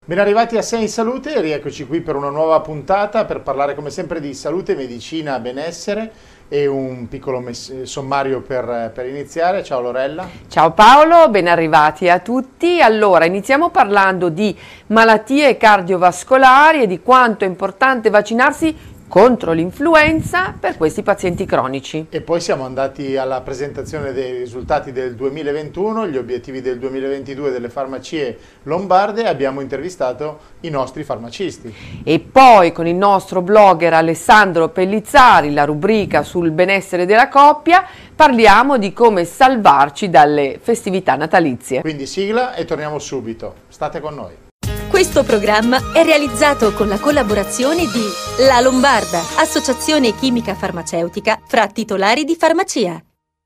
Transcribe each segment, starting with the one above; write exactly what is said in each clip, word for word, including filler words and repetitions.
Ben arrivati a Sei in Salute, rieccoci qui per una nuova puntata per parlare come sempre di salute, medicina, benessere e un piccolo mess- sommario per, per iniziare. Ciao Lorella. Ciao Paolo, ben arrivati a tutti. Allora, iniziamo parlando di malattie cardiovascolari e di quanto è importante vaccinarsi contro l'influenza per questi pazienti cronici. E poi siamo andati alla presentazione dei risultati del duemilaventuno, gli obiettivi del duemilaventidue delle farmacie lombarde e abbiamo intervistato i nostri farmacisti. E poi con il nostro blogger Alessandro Pellizzari, la rubrica sul benessere della coppia, parliamo di come salvarci dalle festività natalizie. Quindi sigla e torniamo subito. State con noi. Questo programma è realizzato con la collaborazione di La Lombarda, associazione chimica farmaceutica fra titolari di farmacia.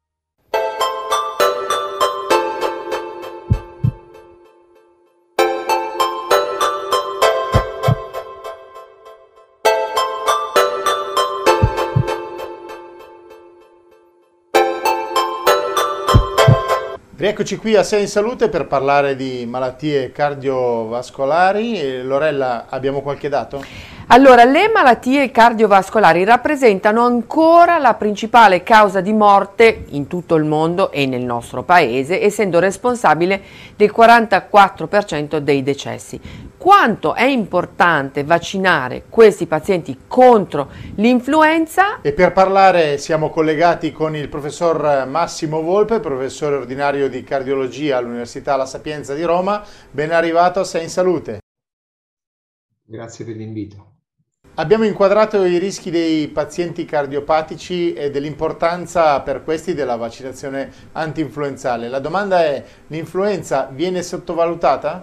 Rieccoci qui a Sei in Salute per parlare di malattie cardiovascolari. E Lorella, abbiamo qualche dato? Allora, le malattie cardiovascolari rappresentano ancora la principale causa di morte in tutto il mondo e nel nostro paese, essendo responsabile del quarantaquattro per cento dei decessi. Quanto è importante vaccinare questi pazienti contro l'influenza? E per parlare siamo collegati con il professor Massimo Volpe, professore ordinario di cardiologia all'Università La Sapienza di Roma. Ben arrivato a Sei in Salute. Grazie per l'invito. Abbiamo inquadrato i rischi dei pazienti cardiopatici e dell'importanza per questi della vaccinazione antinfluenzale. La domanda è: l'influenza viene sottovalutata?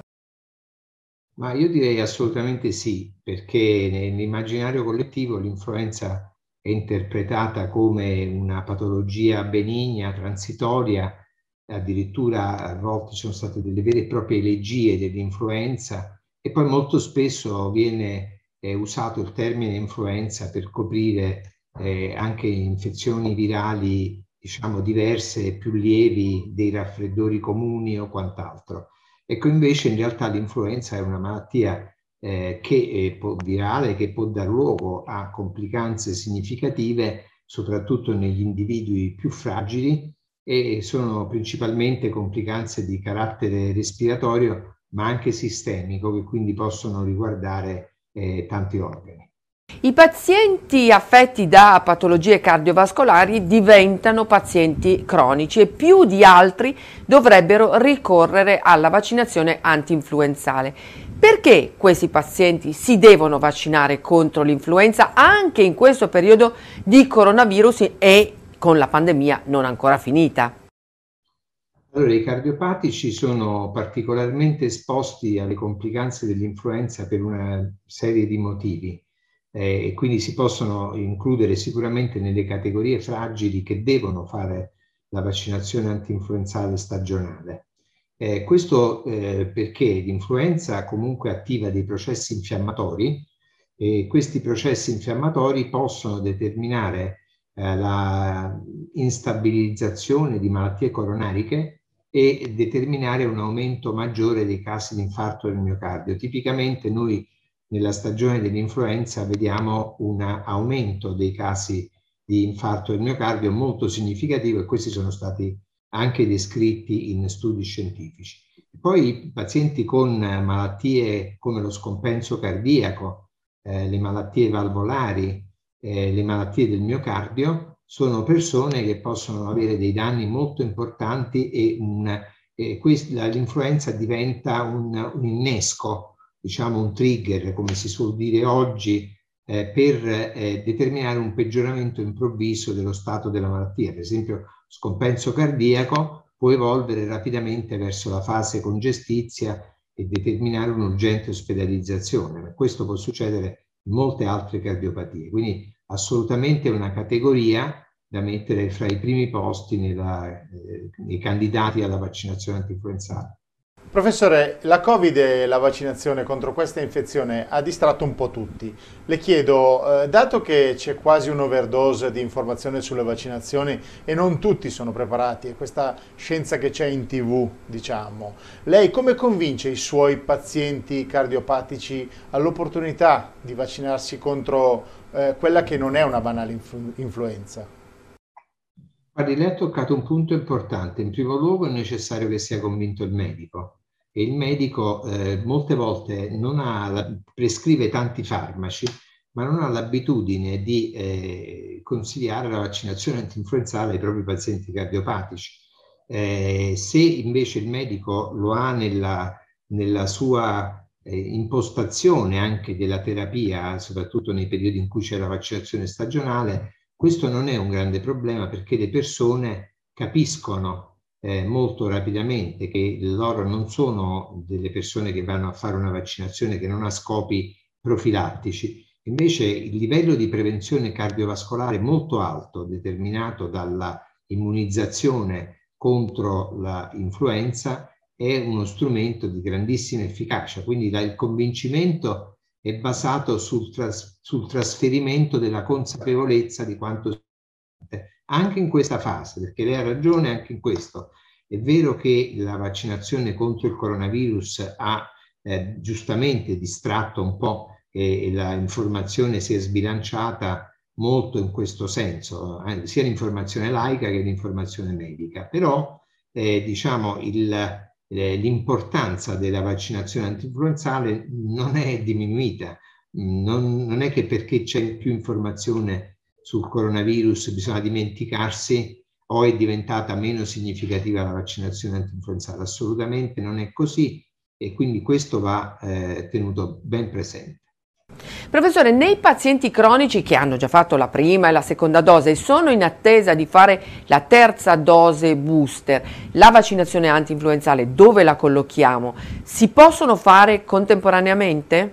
Ma io direi assolutamente sì, perché nell'immaginario collettivo l'influenza è interpretata come una patologia benigna, transitoria, addirittura a volte ci sono state delle vere e proprie elegie dell'influenza e poi molto spesso viene è usato il termine influenza per coprire eh, anche infezioni virali, diciamo, diverse e più lievi dei raffreddori comuni o quant'altro. Ecco, invece in realtà l'influenza è una malattia eh, che è virale, che può dar luogo a complicanze significative, soprattutto negli individui più fragili, e sono principalmente complicanze di carattere respiratorio, ma anche sistemico, che quindi possono riguardare Eh, tanti organi. I pazienti affetti da patologie cardiovascolari diventano pazienti cronici e più di altri dovrebbero ricorrere alla vaccinazione antinfluenzale. Perché questi pazienti si devono vaccinare contro l'influenza anche in questo periodo di coronavirus e con la pandemia non ancora finita? Allora, i cardiopatici sono particolarmente esposti alle complicanze dell'influenza per una serie di motivi eh, e quindi si possono includere sicuramente nelle categorie fragili che devono fare la vaccinazione antinfluenzale stagionale. Eh, questo eh, perché l'influenza comunque attiva dei processi infiammatori e questi processi infiammatori possono determinare eh, la instabilizzazione di malattie coronariche e determinare un aumento maggiore dei casi di infarto del miocardio. Tipicamente noi nella stagione dell'influenza vediamo un aumento dei casi di infarto del miocardio molto significativo e questi sono stati anche descritti in studi scientifici. Poi i pazienti con malattie come lo scompenso cardiaco, eh, le malattie valvolari, eh, le malattie del miocardio, sono persone che possono avere dei danni molto importanti e, e l'influenza diventa un, un innesco, diciamo un trigger, come si suol dire oggi, eh, per eh, determinare un peggioramento improvviso dello stato della malattia. Per esempio, scompenso cardiaco può evolvere rapidamente verso la fase congestizia e determinare un'urgente ospedalizzazione, ma questo può succedere in molte altre cardiopatie. Quindi assolutamente una categoria da mettere fra i primi posti nella, eh, nei candidati alla vaccinazione antinfluenzale. Professore, la Covid e la vaccinazione contro questa infezione ha distratto un po' tutti. Le chiedo, eh, dato che c'è quasi un'overdose di informazione sulle vaccinazioni e non tutti sono preparati, e questa scienza che c'è in tivù, diciamo, lei come convince i suoi pazienti cardiopatici all'opportunità di vaccinarsi contro eh, quella che non è una banale influ- influenza? Guardi, lei ha toccato un punto importante. In primo luogo è necessario che sia convinto il medico. E il medico eh, molte volte non ha la, prescrive tanti farmaci, ma non ha l'abitudine di eh, consigliare la vaccinazione antinfluenzale ai propri pazienti cardiopatici. Eh, se invece il medico lo ha nella, nella sua eh, impostazione anche della terapia, soprattutto nei periodi in cui c'è la vaccinazione stagionale, questo non è un grande problema, perché le persone capiscono Eh, molto rapidamente che loro non sono delle persone che vanno a fare una vaccinazione che non ha scopi profilattici. Invece il livello di prevenzione cardiovascolare molto alto, determinato dalla immunizzazione contro l'influenza, è uno strumento di grandissima efficacia. Quindi la, il convincimento è basato sul, tras, sul trasferimento della consapevolezza di quanto anche in questa fase, perché lei ha ragione anche in questo. È vero che la vaccinazione contro il coronavirus ha eh, giustamente distratto un po' e, e l'informazione si è sbilanciata molto in questo senso, eh, sia l'informazione laica che l'informazione medica, però eh, diciamo l'importanza della vaccinazione antinfluenzale non è diminuita, non, non è che perché c'è più informazione sul coronavirus bisogna dimenticarsi o è diventata meno significativa la vaccinazione antinfluenzale. Assolutamente non è così, e quindi questo va eh, tenuto ben presente. Professore, nei pazienti cronici che hanno già fatto la prima e la seconda dose e sono in attesa di fare la terza dose booster, la vaccinazione antinfluenzale dove la collochiamo? Si possono fare contemporaneamente?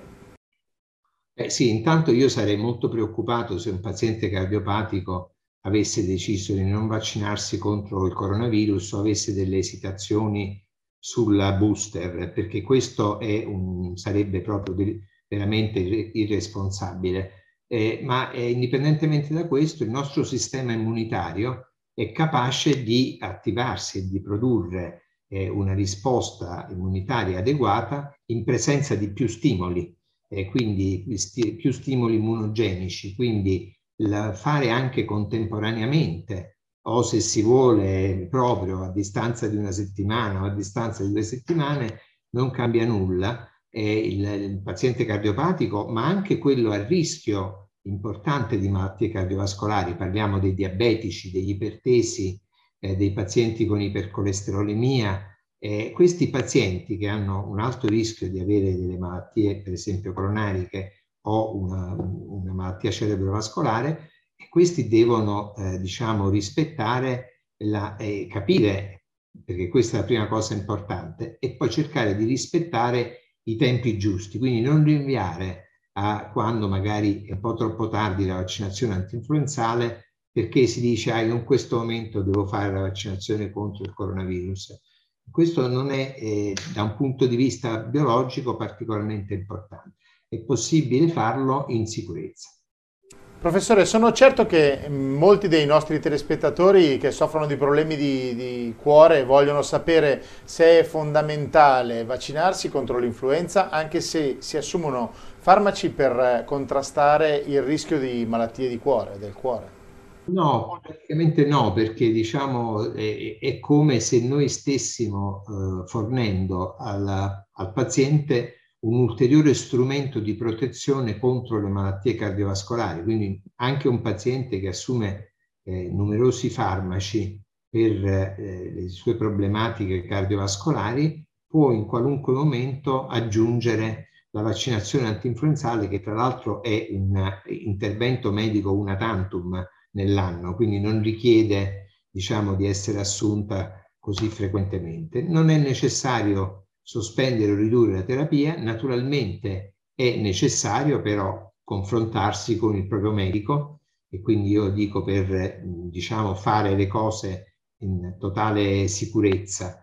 Eh sì, intanto io sarei molto preoccupato se un paziente cardiopatico avesse deciso di non vaccinarsi contro il coronavirus o avesse delle esitazioni sulla booster, perché questo è un, sarebbe proprio veramente irresponsabile. Eh, ma eh, indipendentemente da questo, il nostro sistema immunitario è capace di attivarsi e di produrre eh, una risposta immunitaria adeguata in presenza di più stimoli. Eh, quindi sti più stimoli immunogenici, quindi la, fare anche contemporaneamente o se si vuole proprio a distanza di una settimana o a distanza di due settimane non cambia nulla. Eh, il, il paziente cardiopatico, ma anche quello a rischio importante di malattie cardiovascolari, parliamo dei diabetici, degli ipertesi, eh, dei pazienti con ipercolesterolemia. Eh, questi pazienti che hanno un alto rischio di avere delle malattie, per esempio coronariche o una, una malattia cerebrovascolare, e questi devono eh, diciamo rispettare la, eh, capire, perché questa è la prima cosa importante, e poi cercare di rispettare i tempi giusti, quindi non rinviare a quando magari è un po' troppo tardi la vaccinazione antinfluenzale, perché si dice ah, io in questo momento devo fare la vaccinazione contro il coronavirus. Questo non è eh, da un punto di vista biologico particolarmente importante. È possibile farlo in sicurezza. Professore, sono certo che molti dei nostri telespettatori che soffrono di problemi di, di cuore vogliono sapere se è fondamentale vaccinarsi contro l'influenza, anche se si assumono farmaci per contrastare il rischio di malattie di cuore, del cuore. No, praticamente no, perché diciamo è, è come se noi stessimo eh, fornendo alla, al paziente un ulteriore strumento di protezione contro le malattie cardiovascolari. Quindi anche un paziente che assume eh, numerosi farmaci per eh, le sue problematiche cardiovascolari può in qualunque momento aggiungere la vaccinazione antinfluenzale, che tra l'altro è un intervento medico una tantum nell'anno, quindi non richiede, diciamo, di essere assunta così frequentemente. Non è necessario sospendere o ridurre la terapia, naturalmente è necessario però confrontarsi con il proprio medico, e quindi io dico per, diciamo, fare le cose in totale sicurezza,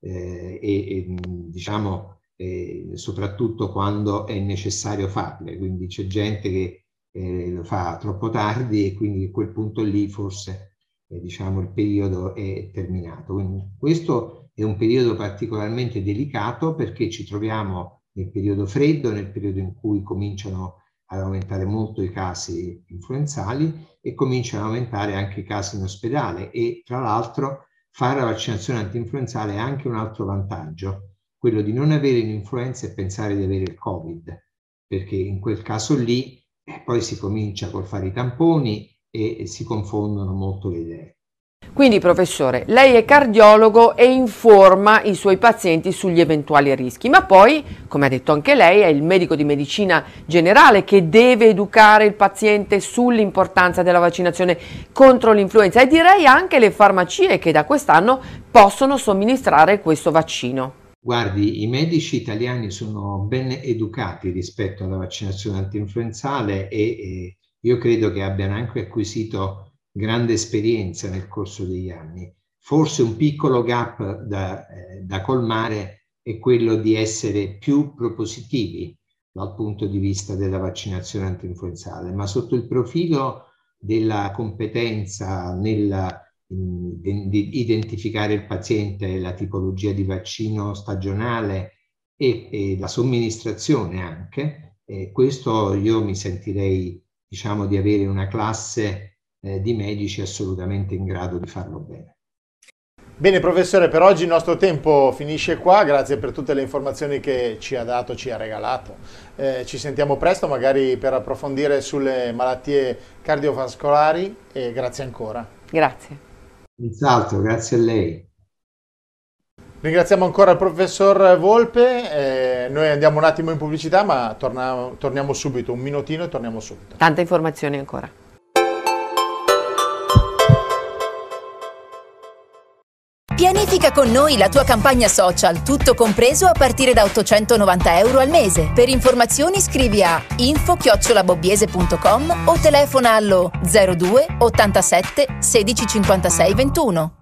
eh, e, e diciamo eh, soprattutto quando è necessario farle, quindi c'è gente che eh, lo fa troppo tardi e quindi a quel punto lì forse eh, diciamo il periodo è terminato. Quindi questo è un periodo particolarmente delicato perché ci troviamo nel periodo freddo, nel periodo in cui cominciano ad aumentare molto i casi influenzali e cominciano ad aumentare anche i casi in ospedale, e tra l'altro fare la vaccinazione antinfluenzale ha anche un altro vantaggio, quello di non avere l'influenza e pensare di avere il Covid, perché in quel caso lì eh, poi si comincia col fare i tamponi e, e si confondono molto le idee. Quindi, professore, lei è cardiologo e informa i suoi pazienti sugli eventuali rischi, ma poi, come ha detto anche lei, è il medico di medicina generale che deve educare il paziente sull'importanza della vaccinazione contro l'influenza, e direi anche le farmacie che da quest'anno possono somministrare questo vaccino. Guardi, i medici italiani sono ben educati rispetto alla vaccinazione antinfluenzale e, e io credo che abbiano anche acquisito grande esperienza nel corso degli anni. Forse un piccolo gap da, eh, da colmare è quello di essere più propositivi dal punto di vista della vaccinazione antinfluenzale, ma sotto il profilo della competenza nel identificare il paziente e la tipologia di vaccino stagionale e, e la somministrazione anche, eh, questo io mi sentirei, diciamo, di avere una classe di medici assolutamente in grado di farlo bene. Bene professore, per oggi il nostro tempo finisce qua, grazie per tutte le informazioni che ci ha dato, ci ha regalato. Eh, ci sentiamo presto magari per approfondire sulle malattie cardiovascolari e grazie ancora. Grazie. Senz'altro, grazie a lei. Ringraziamo ancora il professor Volpe, eh, noi andiamo un attimo in pubblicità ma torna, torniamo subito, un minutino e torniamo subito. Tante informazioni ancora. Pianifica con noi la tua campagna social, tutto compreso a partire da ottocentonovanta euro al mese. Per informazioni scrivi a info chiocciola bobbiese punto com o telefona allo zero due ottantasette sedici cinquantasei ventuno.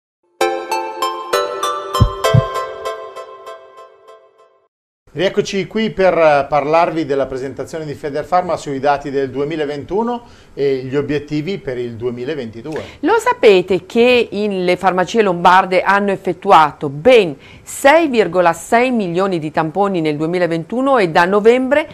Rieccoci qui per parlarvi della presentazione di Federpharma sui dati del duemilaventuno e gli obiettivi per il duemilaventidue. Lo sapete che in, le farmacie lombarde hanno effettuato ben sei virgola sei milioni di tamponi nel duemilaventuno e da novembre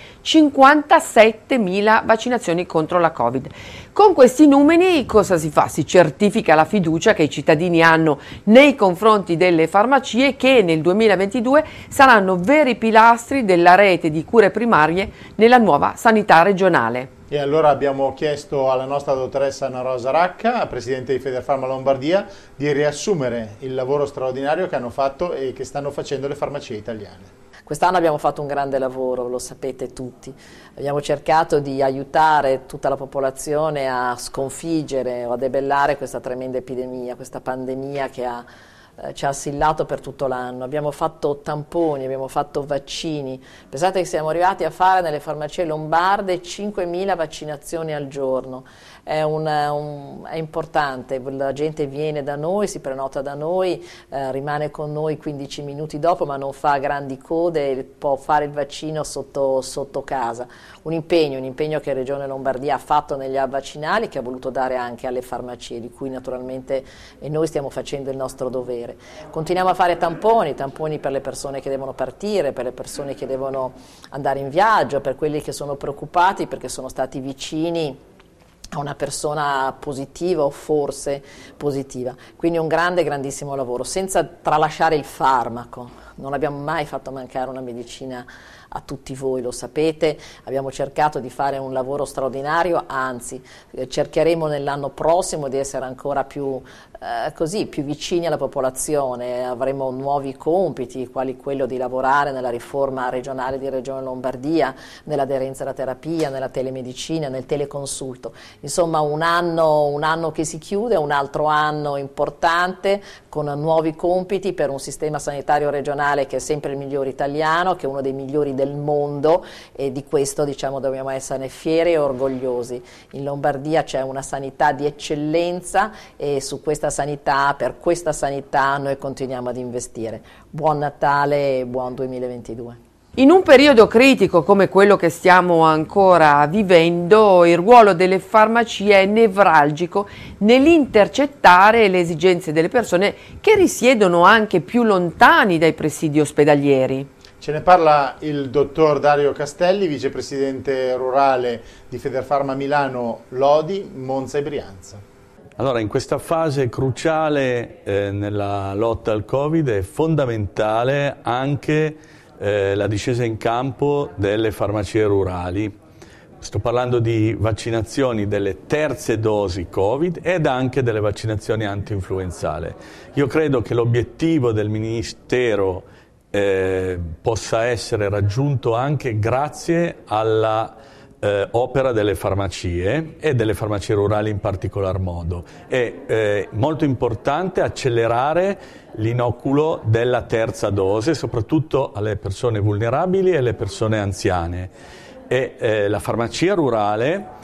cinquantasettemila vaccinazioni contro la Covid. Con questi numeri cosa si fa? Si certifica la fiducia che i cittadini hanno nei confronti delle farmacie, che nel duemilaventidue saranno veri pilastri della rete di cure primarie nella nuova sanità regionale. E allora abbiamo chiesto alla nostra dottoressa Anna Rosa Racca, presidente di Federpharma Lombardia, di riassumere il lavoro straordinario che hanno fatto e che stanno facendo le farmacie italiane. Quest'anno abbiamo fatto un grande lavoro, lo sapete tutti. Abbiamo cercato di aiutare tutta la popolazione a sconfiggere o a debellare questa tremenda epidemia, questa pandemia che ha, eh, ci ha assillato per tutto l'anno. Abbiamo fatto tamponi, abbiamo fatto vaccini. Pensate che siamo arrivati a fare nelle farmacie lombarde cinquemila vaccinazioni al giorno. È, un, un, è importante, la gente viene da noi, si prenota da noi, eh, rimane con noi quindici minuti dopo, ma non fa grandi code, può fare il vaccino sotto, sotto casa. Un impegno, un impegno che Regione Lombardia ha fatto negli hub vaccinali, che ha voluto dare anche alle farmacie, di cui naturalmente e noi stiamo facendo il nostro dovere. Continuiamo a fare tamponi, tamponi per le persone che devono partire, per le persone che devono andare in viaggio, per quelli che sono preoccupati perché sono stati vicini a una persona positiva o forse positiva. Quindi un grande, grandissimo lavoro, senza tralasciare il farmaco. Non abbiamo mai fatto mancare una medicina a tutti voi, lo sapete, abbiamo cercato di fare un lavoro straordinario, anzi eh, cercheremo nell'anno prossimo di essere ancora più, eh, così, più vicini alla popolazione, avremo nuovi compiti, quali quello di lavorare nella riforma regionale di Regione Lombardia, nell'aderenza alla terapia, nella telemedicina, nel teleconsulto. Insomma un anno, un anno che si chiude, un altro anno importante con nuovi compiti per un sistema sanitario regionale che è sempre il migliore italiano, che è uno dei migliori del del mondo, e di questo diciamo dobbiamo essere fieri e orgogliosi. In Lombardia c'è una sanità di eccellenza e su questa sanità, per questa sanità noi continuiamo ad investire. Buon Natale e buon duemilaventidue. In un periodo critico come quello che stiamo ancora vivendo, il ruolo delle farmacie è nevralgico nell'intercettare le esigenze delle persone che risiedono anche più lontani dai presidi ospedalieri. Ce ne parla il dottor Dario Castelli, vicepresidente rurale di Federfarma Milano, Lodi, Monza e Brianza. Allora, in questa fase cruciale eh, nella lotta al Covid è fondamentale anche Eh, la discesa in campo delle farmacie rurali. Sto parlando di vaccinazioni delle terze dosi Covid ed anche delle vaccinazioni anti-influenzale. Io credo che l'obiettivo del Ministero eh, possa essere raggiunto anche grazie alla Eh, opera delle farmacie e delle farmacie rurali in particolar modo. È eh, molto importante accelerare l'inoculo della terza dose, soprattutto alle persone vulnerabili e alle persone anziane. E eh, la farmacia rurale,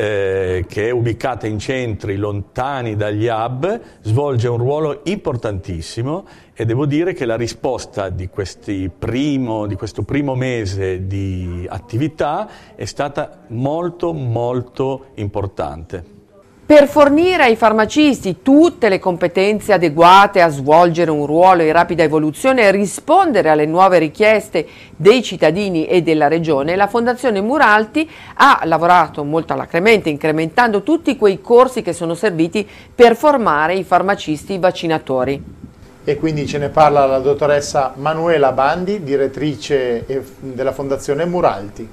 eh, che è ubicata in centri lontani dagli hub, svolge un ruolo importantissimo, e devo dire che la risposta di, questi primo, di questo primo mese di attività è stata molto molto importante. Per fornire ai farmacisti tutte le competenze adeguate a svolgere un ruolo in rapida evoluzione e rispondere alle nuove richieste dei cittadini e della Regione, la Fondazione Muralti ha lavorato molto alacremente, incrementando tutti quei corsi che sono serviti per formare i farmacisti vaccinatori. E quindi ce ne parla la dottoressa Manuela Bandi, direttrice della Fondazione Muralti.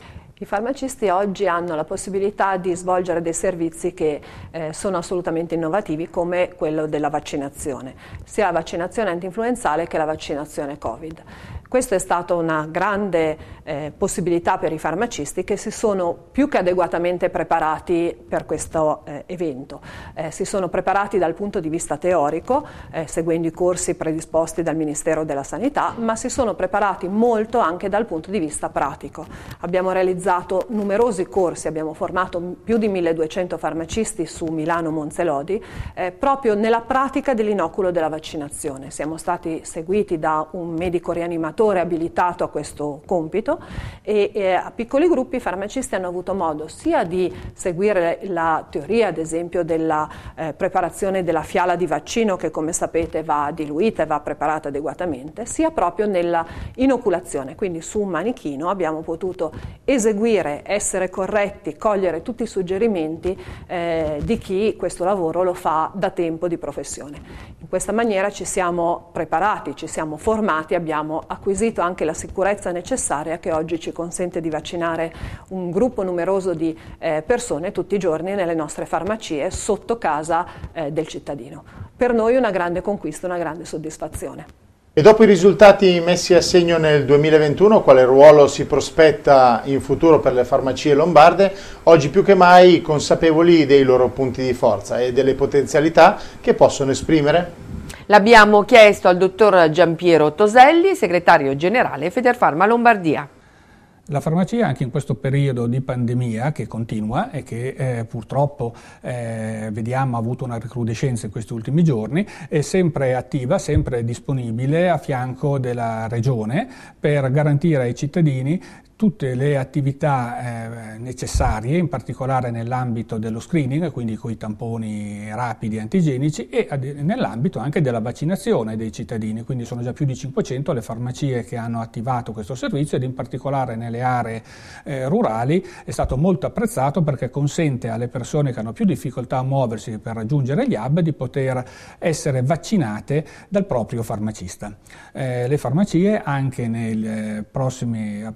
I farmacisti oggi hanno la possibilità di svolgere dei servizi che eh, sono assolutamente innovativi, come quello della vaccinazione, sia la vaccinazione antinfluenzale che la vaccinazione Covid. Questa è stata una grande eh, possibilità per i farmacisti, che si sono più che adeguatamente preparati per questo eh, evento. Eh, si sono preparati dal punto di vista teorico, eh, seguendo i corsi predisposti dal Ministero della Sanità, ma si sono preparati molto anche dal punto di vista pratico. Abbiamo realizzato numerosi corsi, abbiamo formato più di milleduecento farmacisti su Milano, Monza e Lodi, eh, proprio nella pratica dell'inoculo della vaccinazione. Siamo stati seguiti da un medico rianimatore abilitato a questo compito, e, e a piccoli gruppi i farmacisti hanno avuto modo sia di seguire la teoria, ad esempio, della eh, preparazione della fiala di vaccino, che come sapete va diluita e va preparata adeguatamente, sia proprio nella inoculazione. Quindi su un manichino abbiamo potuto eseguire, essere corretti, cogliere tutti i suggerimenti eh, di chi questo lavoro lo fa da tempo di professione. In questa maniera ci siamo preparati, ci siamo formati, abbiamo acquisito anche la sicurezza necessaria che oggi ci consente di vaccinare un gruppo numeroso di eh, persone tutti i giorni nelle nostre farmacie sotto casa eh, del cittadino. Per noi una grande conquista, una grande soddisfazione. E dopo i risultati messi a segno nel duemilaventuno, quale ruolo si prospetta in futuro per le farmacie lombarde, oggi più che mai consapevoli dei loro punti di forza e delle potenzialità che possono esprimere? L'abbiamo chiesto al dottor Giampiero Toselli, segretario generale Federfarma Lombardia. La farmacia, anche in questo periodo di pandemia che continua e che eh, purtroppo eh, vediamo ha avuto una recrudescenza in questi ultimi giorni, è sempre attiva, sempre disponibile a fianco della Regione per garantire ai cittadini tutte le attività eh, necessarie, in particolare nell'ambito dello screening, quindi con i tamponi rapidi antigenici, e nell'ambito anche della vaccinazione dei cittadini. Quindi sono già più di cinquecento le farmacie che hanno attivato questo servizio, ed in particolare nelle aree eh, rurali è stato molto apprezzato, perché consente alle persone che hanno più difficoltà a muoversi per raggiungere gli hub di poter essere vaccinate dal proprio farmacista. Eh, le farmacie anche nel, eh, prossimi, nella prossima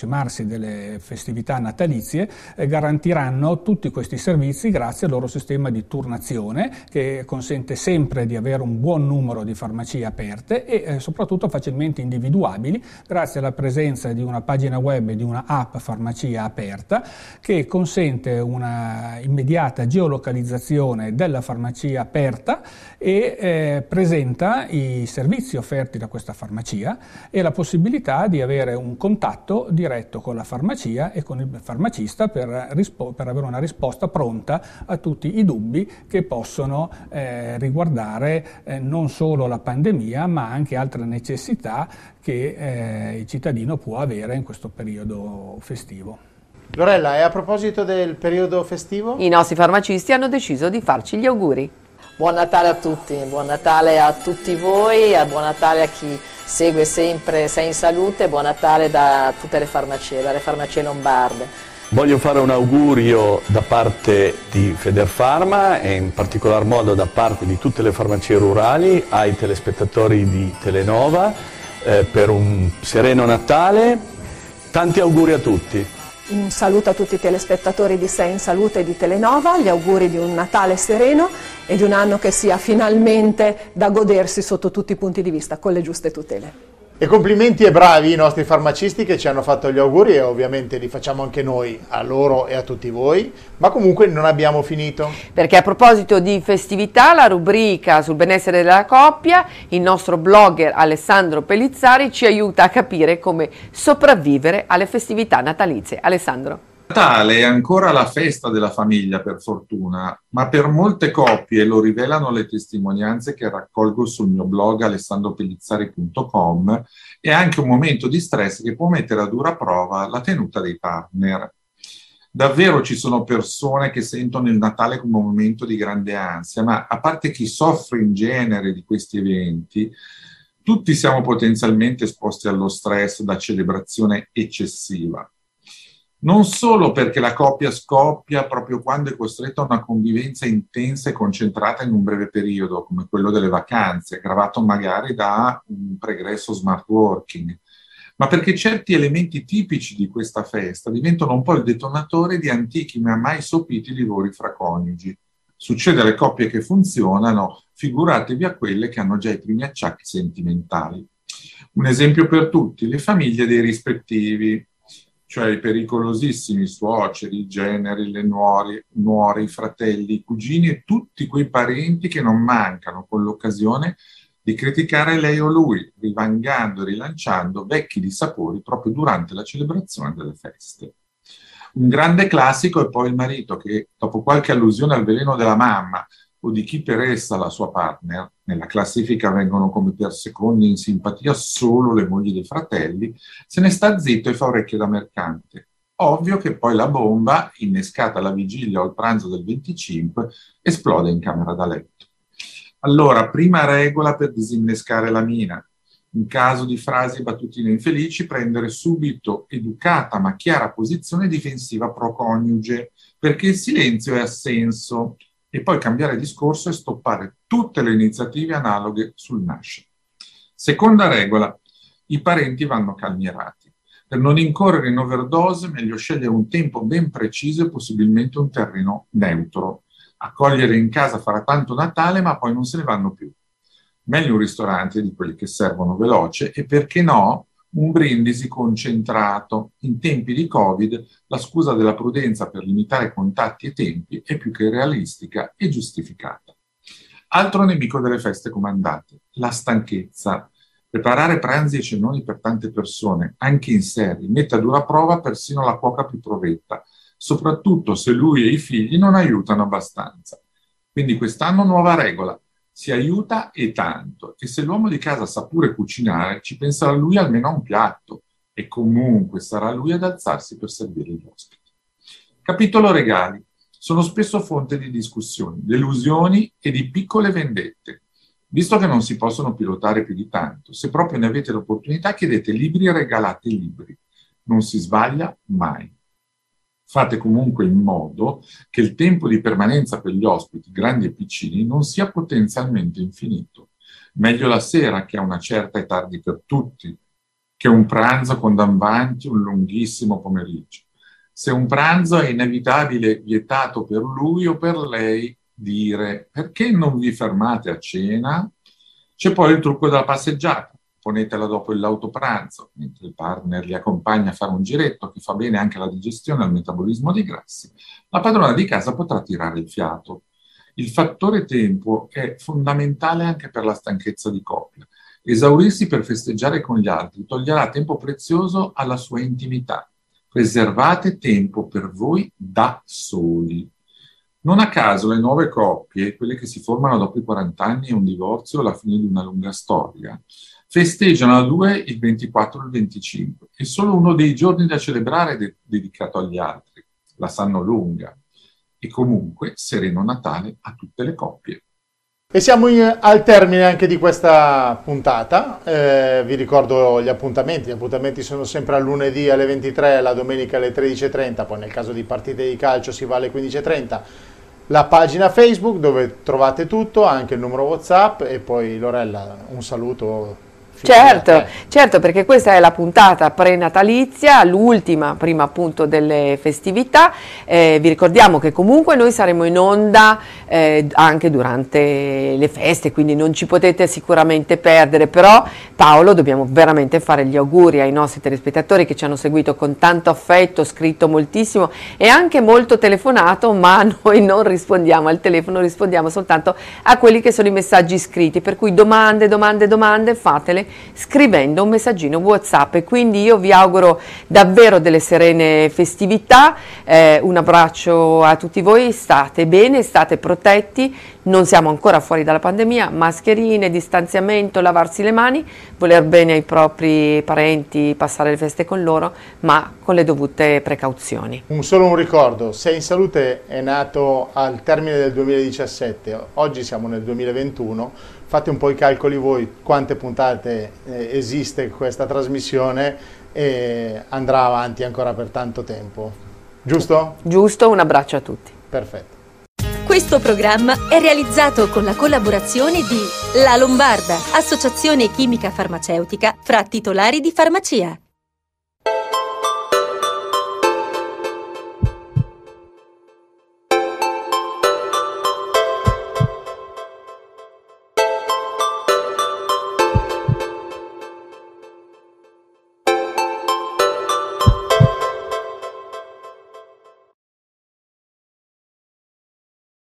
l'approssimarsi delle festività natalizie eh, garantiranno tutti questi servizi grazie al loro sistema di turnazione, che consente sempre di avere un buon numero di farmacie aperte e eh, soprattutto facilmente individuabili grazie alla presenza di una pagina web e di una app farmacia aperta, che consente una immediata geolocalizzazione della farmacia aperta e eh, presenta i servizi offerti da questa farmacia e la possibilità di avere un contatto diretto con la farmacia e con il farmacista per, rispo- per avere una risposta pronta a tutti i dubbi che possono eh, riguardare eh, non solo la pandemia ma anche altre necessità che eh, il cittadino può avere in questo periodo festivo. Lorella, e a proposito del periodo festivo? I nostri farmacisti hanno deciso di farci gli auguri. Buon Natale a tutti, buon Natale a tutti voi, e buon Natale a chi segue sempre Sei in Salute, buon Natale da tutte le farmacie, dalle farmacie lombarde. Voglio fare un augurio da parte di Federfarma e in particolar modo da parte di tutte le farmacie rurali ai telespettatori di Telenova eh, per un sereno Natale. Tanti auguri a tutti. Un saluto a tutti i telespettatori di Sei in Salute e di Telenova, gli auguri di un Natale sereno e di un anno che sia finalmente da godersi sotto tutti i punti di vista, con le giuste tutele. E complimenti e bravi i nostri farmacisti che ci hanno fatto gli auguri e ovviamente li facciamo anche noi a loro e a tutti voi, ma comunque non abbiamo finito. Perché a proposito di festività, la rubrica sul benessere della coppia, il nostro blogger Alessandro Pellizzari ci aiuta a capire come sopravvivere alle festività natalizie. Alessandro. Natale è ancora la festa della famiglia, per fortuna, ma per molte coppie, lo rivelano le testimonianze che raccolgo sul mio blog alessandro pellizzari punto com, è anche un momento di stress che può mettere a dura prova la tenuta dei partner. Davvero ci sono persone che sentono il Natale come un momento di grande ansia, ma a parte chi soffre in genere di questi eventi, tutti siamo potenzialmente esposti allo stress da celebrazione eccessiva. Non solo perché la coppia scoppia proprio quando è costretta a una convivenza intensa e concentrata in un breve periodo, come quello delle vacanze, aggravato magari da un pregresso smart working, ma perché certi elementi tipici di questa festa diventano un po' il detonatore di antichi ma mai sopiti livori fra coniugi. Succede alle coppie che funzionano, figuratevi a quelle che hanno già i primi acciacchi sentimentali. Un esempio per tutti, le famiglie dei rispettivi, cioè i pericolosissimi suoceri, i generi, le nuore, nuore, i fratelli, i cugini e tutti quei parenti che non mancano con l'occasione di criticare lei o lui, rivangando e rilanciando vecchi dissapori proprio durante la celebrazione delle feste. Un grande classico è poi il marito che, dopo qualche allusione al veleno della mamma o di chi per essa la sua partner, nella classifica vengono come per secondi in simpatia solo le mogli dei fratelli, se ne sta zitto e fa orecchie da mercante. Ovvio che poi la bomba, innescata alla vigilia o al pranzo del venticinque, esplode in camera da letto. Allora, prima regola per disinnescare la mina. In caso di frasi e battutine infelici, prendere subito educata ma chiara posizione difensiva pro coniuge, perché il silenzio è assenso, e poi cambiare discorso e stoppare tutte le iniziative analoghe sul nascere. Seconda regola, i parenti vanno calmierati. Per non incorrere in overdose, meglio scegliere un tempo ben preciso e possibilmente un terreno neutro. Accogliere in casa farà tanto Natale, ma poi non se ne vanno più. Meglio un ristorante di quelli che servono veloce e, perché no, un brindisi concentrato. In tempi di Covid, la scusa della prudenza per limitare contatti e tempi è più che realistica e giustificata. Altro nemico delle feste comandate, la stanchezza. Preparare pranzi e cenoni per tante persone, anche in serie, mette a dura prova persino la cuoca più provetta, soprattutto se lui e i figli non aiutano abbastanza. Quindi quest'anno nuova regola. Si aiuta e tanto, e se l'uomo di casa sa pure cucinare, ci penserà lui almeno a un piatto, e comunque sarà lui ad alzarsi per servire gli ospiti. Capitolo regali. Sono spesso fonte di discussioni, delusioni e di piccole vendette. Visto che non si possono pilotare più di tanto, se proprio ne avete l'opportunità, chiedete libri e regalate libri. Non si sbaglia mai. Fate comunque in modo che il tempo di permanenza per gli ospiti, grandi e piccini, non sia potenzialmente infinito. Meglio la sera, che a una certa è tardi per tutti, che un pranzo con davanti un lunghissimo pomeriggio. Se un pranzo è inevitabile, vietato per lui o per lei, dire perché non vi fermate a cena? C'è poi il trucco della passeggiata. Ponetela dopo l'autopranzo, mentre il partner li accompagna a fare un giretto che fa bene anche alla digestione e al metabolismo dei grassi. La padrona di casa potrà tirare il fiato. Il fattore tempo è fondamentale anche per la stanchezza di coppia. Esaurirsi per festeggiare con gli altri toglierà tempo prezioso alla sua intimità. Preservate tempo per voi da soli. Non a caso le nuove coppie, quelle che si formano dopo i quaranta anni e un divorzio o la fine di una lunga storia, festeggiano a due il ventiquattro e il venticinque. È solo uno dei giorni da celebrare de- dedicato agli altri. La sanno lunga. E comunque sereno Natale a tutte le coppie. E siamo in, al termine anche di questa puntata. Eh, vi ricordo gli appuntamenti. Gli appuntamenti sono sempre al lunedì alle ventitré, la domenica alle tredici e trenta, poi nel caso di partite di calcio si va alle quindici e trenta. La pagina Facebook dove trovate tutto, anche il numero WhatsApp, e poi Lorella, un saluto. Certo, certo, perché questa è la puntata prenatalizia, l'ultima prima appunto delle festività. Eh, vi ricordiamo che comunque noi saremo in onda eh, anche durante le feste, quindi non ci potete sicuramente perdere, però Paolo, dobbiamo veramente fare gli auguri ai nostri telespettatori che ci hanno seguito con tanto affetto, scritto moltissimo e anche molto telefonato, ma noi non rispondiamo al telefono, rispondiamo soltanto a quelli che sono i messaggi scritti, per cui domande, domande, domande, fatele scrivendo un messaggino WhatsApp. E quindi io vi auguro davvero delle serene festività, eh, un abbraccio a tutti voi, state bene, state protetti, non siamo ancora fuori dalla pandemia, mascherine, distanziamento, lavarsi le mani, voler bene ai propri parenti, passare le feste con loro, ma con le dovute precauzioni. Un solo un ricordo, Sei in Salute è nato al termine del duemiladiciassette, oggi siamo nel duemilaventuno, fate un po' i calcoli voi quante puntate eh, esiste questa trasmissione e andrà avanti ancora per tanto tempo, giusto? Giusto, un abbraccio a tutti. Perfetto. Questo programma è realizzato con la collaborazione di La Lombarda, associazione chimica farmaceutica fra titolari di farmacia.